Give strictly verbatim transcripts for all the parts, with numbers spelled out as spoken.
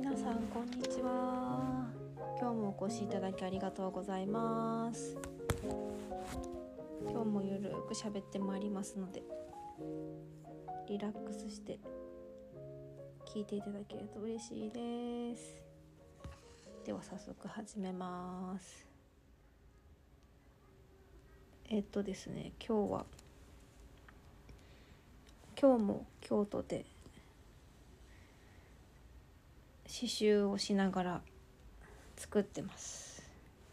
皆さんこんにちは。今日もお越しいただきありがとうございます。今日もゆるく喋ってまいりますので、リラックスして聞いていただけると嬉しいです。では早速始めます。えっとですね今日は今日も京都で刺繍をしながら作ってます。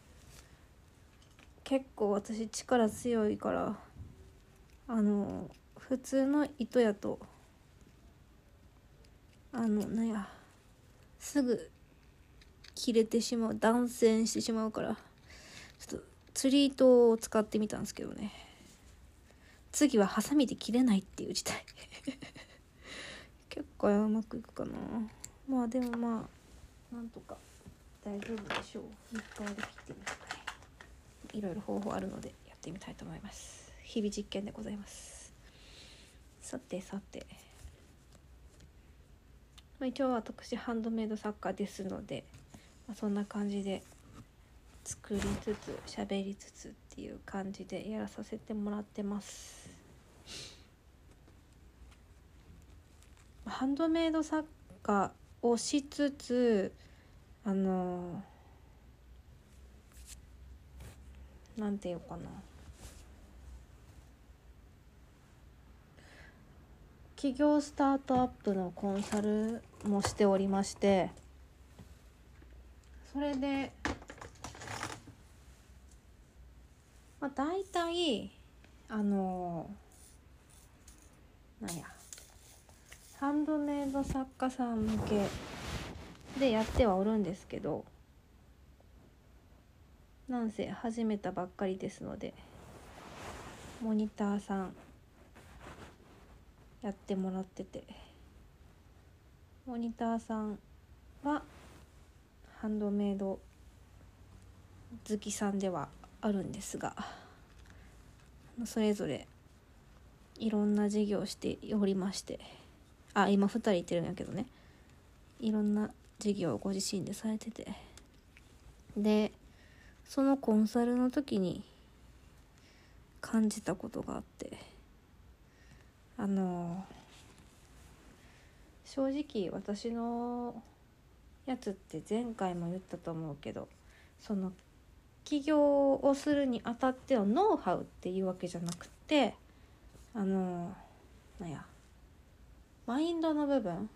結構私力強いからあの普通の糸やとあのなんやすぐ切れてしまう断線してしまうからちょっと釣り糸を使ってみたんですけどね、次はハサミで切れないっていう事態結構うまくいくかな。まあでもまあなんとか大丈夫でしょう。ニッパーで切ってみたいいろいろ方法あるのでやってみたいと思います。日々実験でございます。さてさて、まあ、一応私ハンドメイド作家ですので、まあ、そんな感じで作りつつ喋りつつっていう感じでやらさせてもらってます。ハンドメイド作家をしつつあのなんていうかな企業スタートアップのコンサルもしておりまして、それでまあ大体あのなんやハンドメイド作家さん向けでやってはおるんですけど、なんせ始めたばっかりですのでモニターさんやってもらってて、モニターさんはハンドメイド好きさんではあるんですが、それぞれいろんな事業をしておりまして、あ今ふたりいてるんやけどね、いろんな事業をご自身でされてて、でそのコンサルの時に感じたことがあって、あの正直私のやつって前回も言ったと思うけど、その起業をするにあたってのノウハウっていうわけじゃなくて、あのなんやマインドの部分、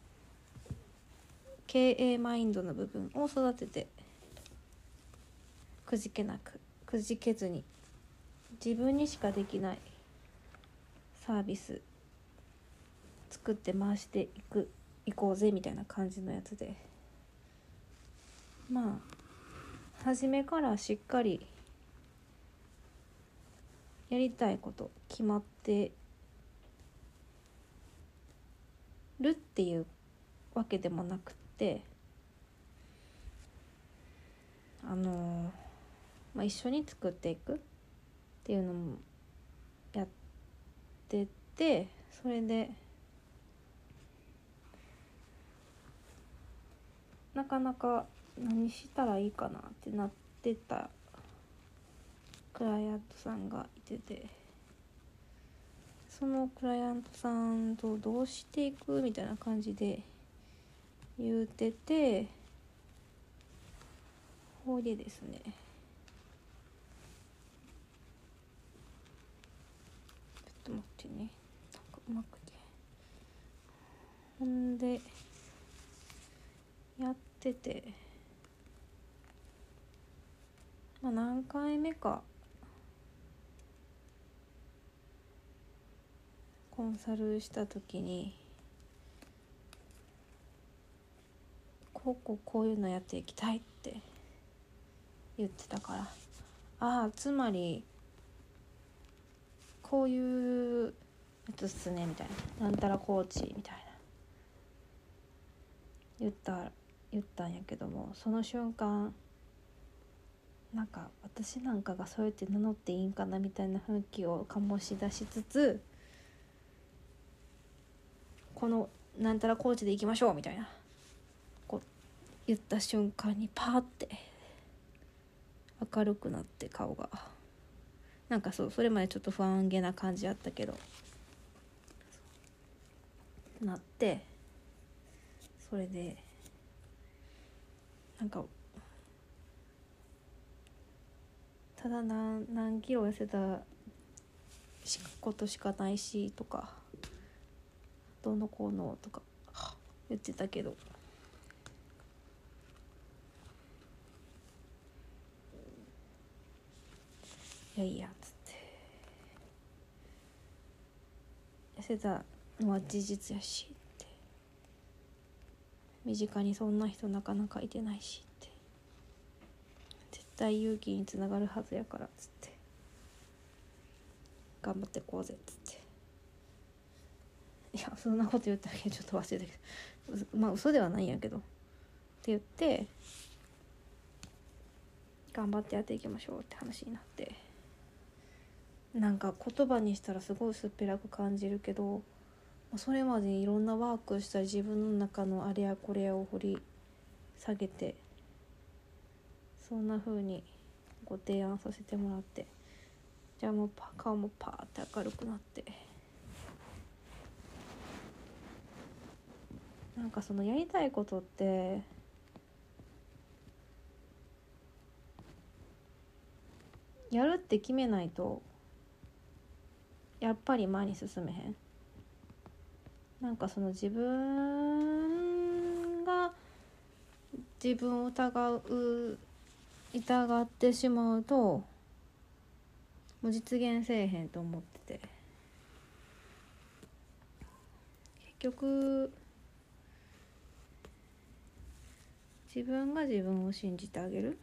経営マインドの部分を育ててくじけなくくじけずに自分にしかできないサービス作って回していくいこうぜみたいな感じのやつで、まあ初めからしっかりやりたいこと決まってるっていうわけでもなくて、あのまあ、一緒に作っていくっていうのもやってて、それでなかなか何したらいいかなってなってたクライアントさんがいてて、そのクライアントさんとどうしていくみたいな感じで言うてて、ほいでですね、ちょっと待ってね、なんかうまくて、ほんでやってて、まあ何回目かコンサルした時にこうこうこういうのやっていきたいって言ってたから、ああつまりこういうやつっすねみたいな、なんたらコーチみたいな言った言ったんやけども、その瞬間なんか私なんかがそうやって名乗っていいんかなみたいな雰囲気を醸し出しつつ、このなんたらコーチでいきましょうみたいなこ言った瞬間にパーって明るくなって顔がなんかそうそれまでちょっと不安げな感じあったけどなってそれでなんかただ何何キロ痩せたことしかないしとかどうのこうのとか言ってたけどいやいやつって痩せたのは事実やしって身近にそんな人なかなかいてないしって絶対勇気につながるはずやからつって頑張ってこうぜっつっていやそんなこと言ったけどちょっと忘れたけどまあ嘘ではないんやけどって言って頑張ってやっていきましょうって話になってなんか言葉にしたらすごい薄っぺらく感じるけどそれまでにいろんなワークした自分の中のあれやこれやを掘り下げてそんな風にご提案させてもらってじゃあもう顔もパーって明るくなってなんかそのやりたいことってやるって決めないとやっぱり前に進めへんなんかその自分が自分を疑う疑ってしまうともう実現せえへんと思ってて結局自分が自分を信じてあげる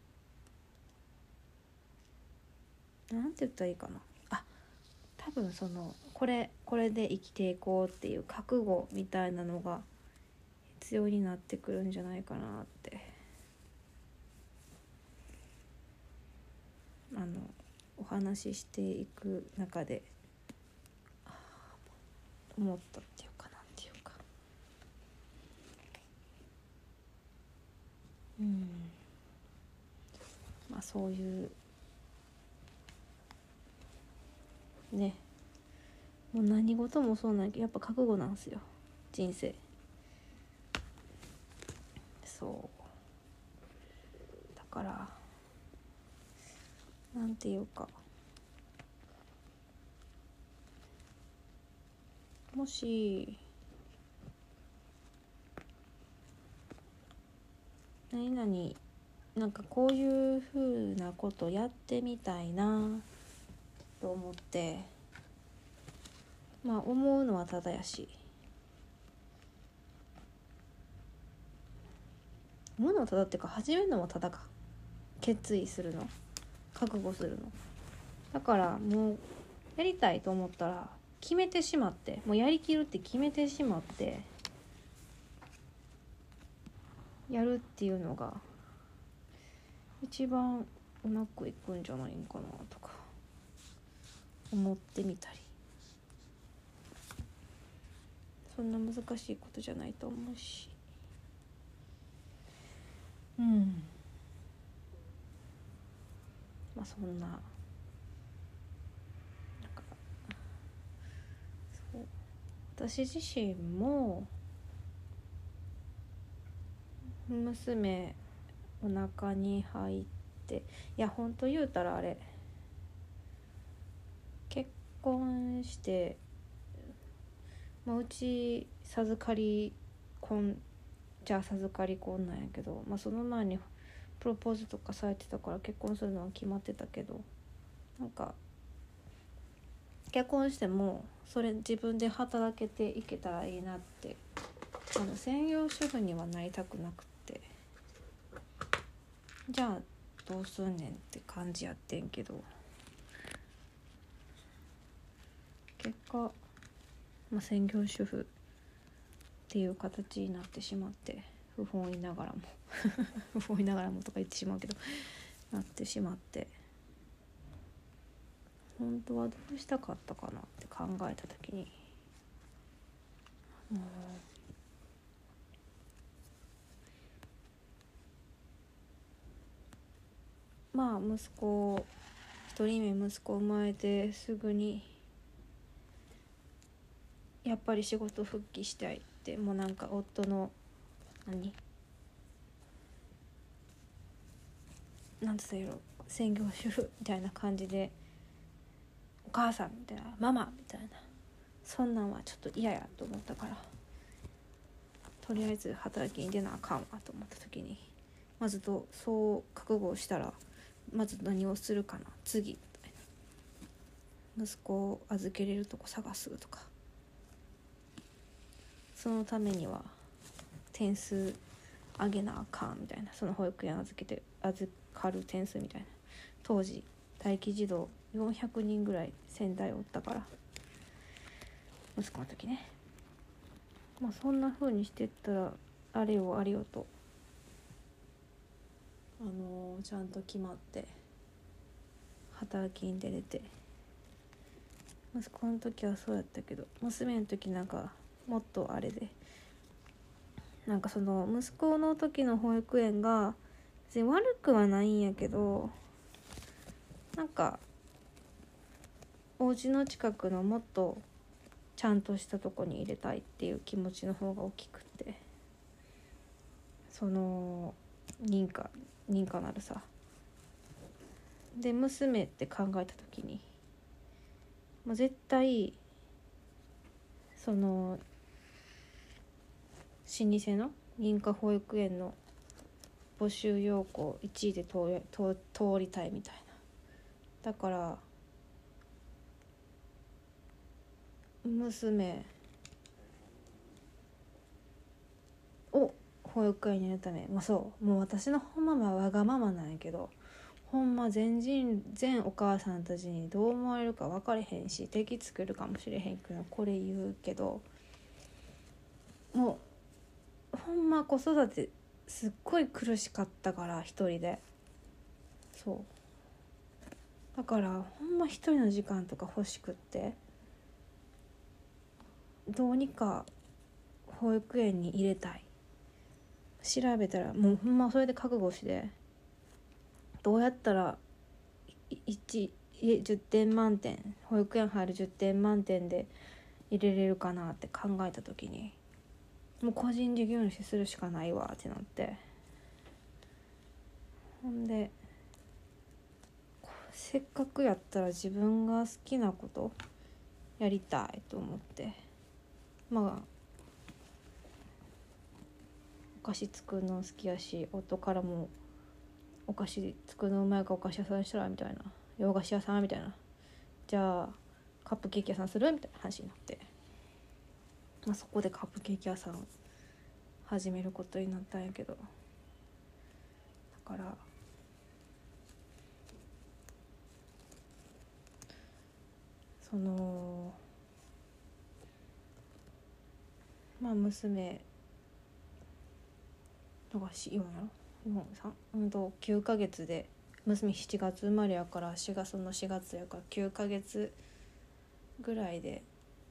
なんて言ったらいいかなあ多分そのこれこれで生きていこうっていう覚悟みたいなのが必要になってくるんじゃないかなってあのお話ししていく中で思ったっていうかなんていうかうんまあそういうねもう何事もそうなんやけどやっぱ覚悟なんですよ人生そうだからなんていうかもし何々なんかこういう風なことやってみたいなと思ってまあ思うのはただやし思うのはただっていうか始めるのもただか決意するの覚悟するのだからもうやりたいと思ったら決めてしまってもうやりきるって決めてしまってやるっていうのが一番うまくいくんじゃないんかなとか思ってみたりそんな難しいことじゃないと思うしうんまあそんななんかそう私自身も娘お腹に入っていやほんと言うたらあれ結婚して、まあ、うち授かり婚じゃあ授かり婚なんやけど、まあ、その前にプロポーズとかされてたから結婚するのは決まってたけどなんか結婚してもそれ自分で働けていけたらいいなってあの専業主婦にはなりたくなくってじゃあどうすんねんって感じやってんけど結果、まあ、専業主婦っていう形になってしまって不本意ながらも不本意ながらもとか言ってしまうけどなってしまって本当はどうしたかったかなって考えた時にもまあ息子一人目息子生まれてすぐにやっぱり仕事復帰したいって、もうなんか夫の何なんて言うの専業主婦みたいな感じで、お母さんみたいなママみたいな、そんなんはちょっと嫌やと思ったから、とりあえず働きに出なあかんわと思った時に、まずとそう覚悟をしたら、まず何をするかな次みたいな、息子を預けれるとこ探すとか、そのためには点数上げなあかんみたいな、その保育園預けて預かる点数みたいな、当時待機児童よんひゃくにんぐらい仙台おったから、息子の時ね、まあそんな風にしてったらあれよあれよとあのー、ちゃんと決まって働きに出れて、息子の時はそうやったけど、娘の時なんかもっとあれで、なんかその息子の時の保育園が別に悪くはないんやけど、なんかお家の近くのもっとちゃんとしたとこに入れたいっていう気持ちの方が大きくて、その認可認可なるさで娘って考えた時に、もう絶対その老舗の認可保育園の募集要項いちいで通り、通、通りたいみたいな。だから娘を保育園に入れるため、まあそうもう私のほんまはわがままなんやけど、ほんま全人全お母さんたちにどう思われるか分かれへんし、敵作るかもしれへんけどこれ言うけど、もうほんま子育てすっごい苦しかったから一人で、そうだからほんま一人の時間とか欲しくって、どうにか保育園に入れたい、調べたらもうほんまそれで覚悟して、どうやったらいちじゅってん満点、保育園入るじゅってん満点で入れれるかなって考えた時に、もう個人事業主するしかないわってなって、ほんでせっかくやったら自分が好きなことやりたいと思って、まあお菓子作るの好きやし、夫からもお菓子作るのうまいからお菓子屋さんしたらみたいな、洋菓子屋さんみたいな、じゃあカップケーキ屋さんするみたいな話になって、まあ、そこでカップケーキ屋さん始めることになったんやけど、だからそのまあ娘のがしよんやろよん、さん、うんときゅうかげつで、娘しちがつ生まれやからしがつのしがつやからきゅうかげつぐらいで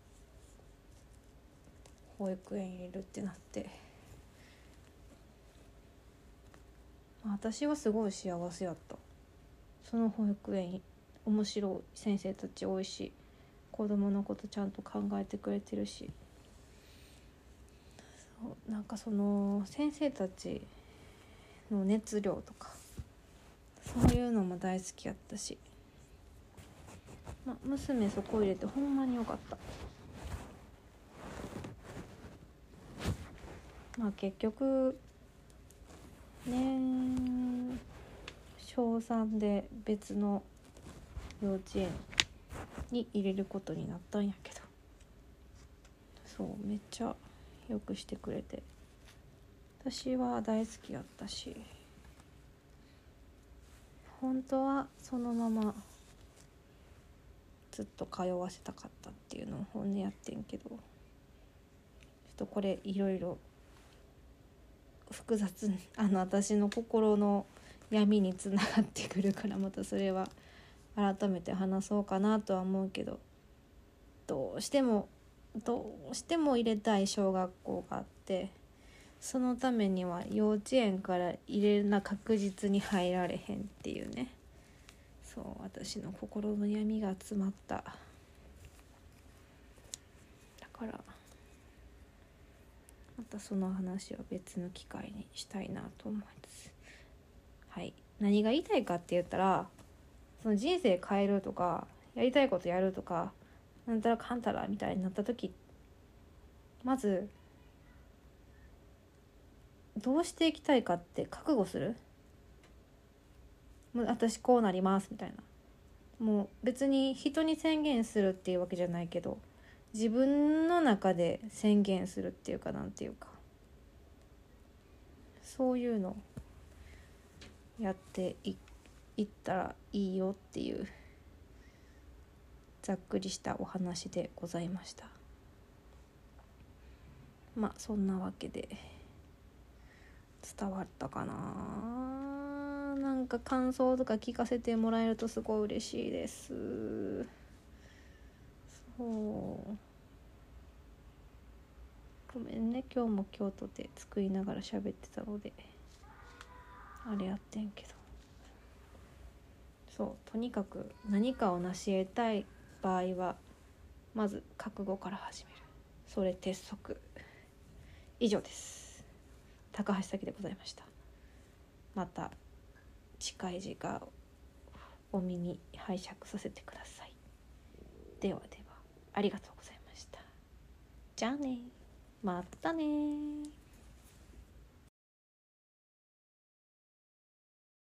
保育園入れるってなって、まあ、私はすごい幸せやった。その保育園面白い先生たち多いし、子供のことちゃんと考えてくれてるし、そうなんかその先生たちの熱量とかそういうのも大好きやったし、まあ、娘そこ入れてほんまによかった。まあ結局年小さんで別の幼稚園に入れることになったんやけど、そうめっちゃよくしてくれて、私は大好きやったし、本当はそのままずっと通わせたかったっていうのを本音やってんけど、ちょっとこれいろいろ複雑、あの私の心の闇につながってくるから、またそれは改めて話そうかなとは思うけど、どうしてもどうしても入れたい小学校があって、そのためには幼稚園から入れるな確実に入られへんっていうね、 そう私の心の闇が詰まった、だからまたその話は別の機会にしたいなと思います。はい、何が言いたいかって言ったら、その人生変えるとかやりたいことやるとかなんたらかんたらみたいになった時、まずどうしていきたいかって覚悟する。もう私こうなりますみたいな、もう別に人に宣言するっていうわけじゃないけど、自分の中で宣言するっていうか、なんていうか、そういうのやっていいったらいいよっていうざっくりしたお話でございました。まあそんなわけで伝わったかな。なんか感想とか聞かせてもらえるとすごい嬉しいです。そうごめんね、今日も京都で作りながら喋ってたのであれやってんけど、そうとにかく何かを成し得たい場合はまず覚悟から始める、それ鉄則。以上です。高橋咲でございました。また近い時間お耳拝借させてください。ではではありがとうございました。じゃあね、またね。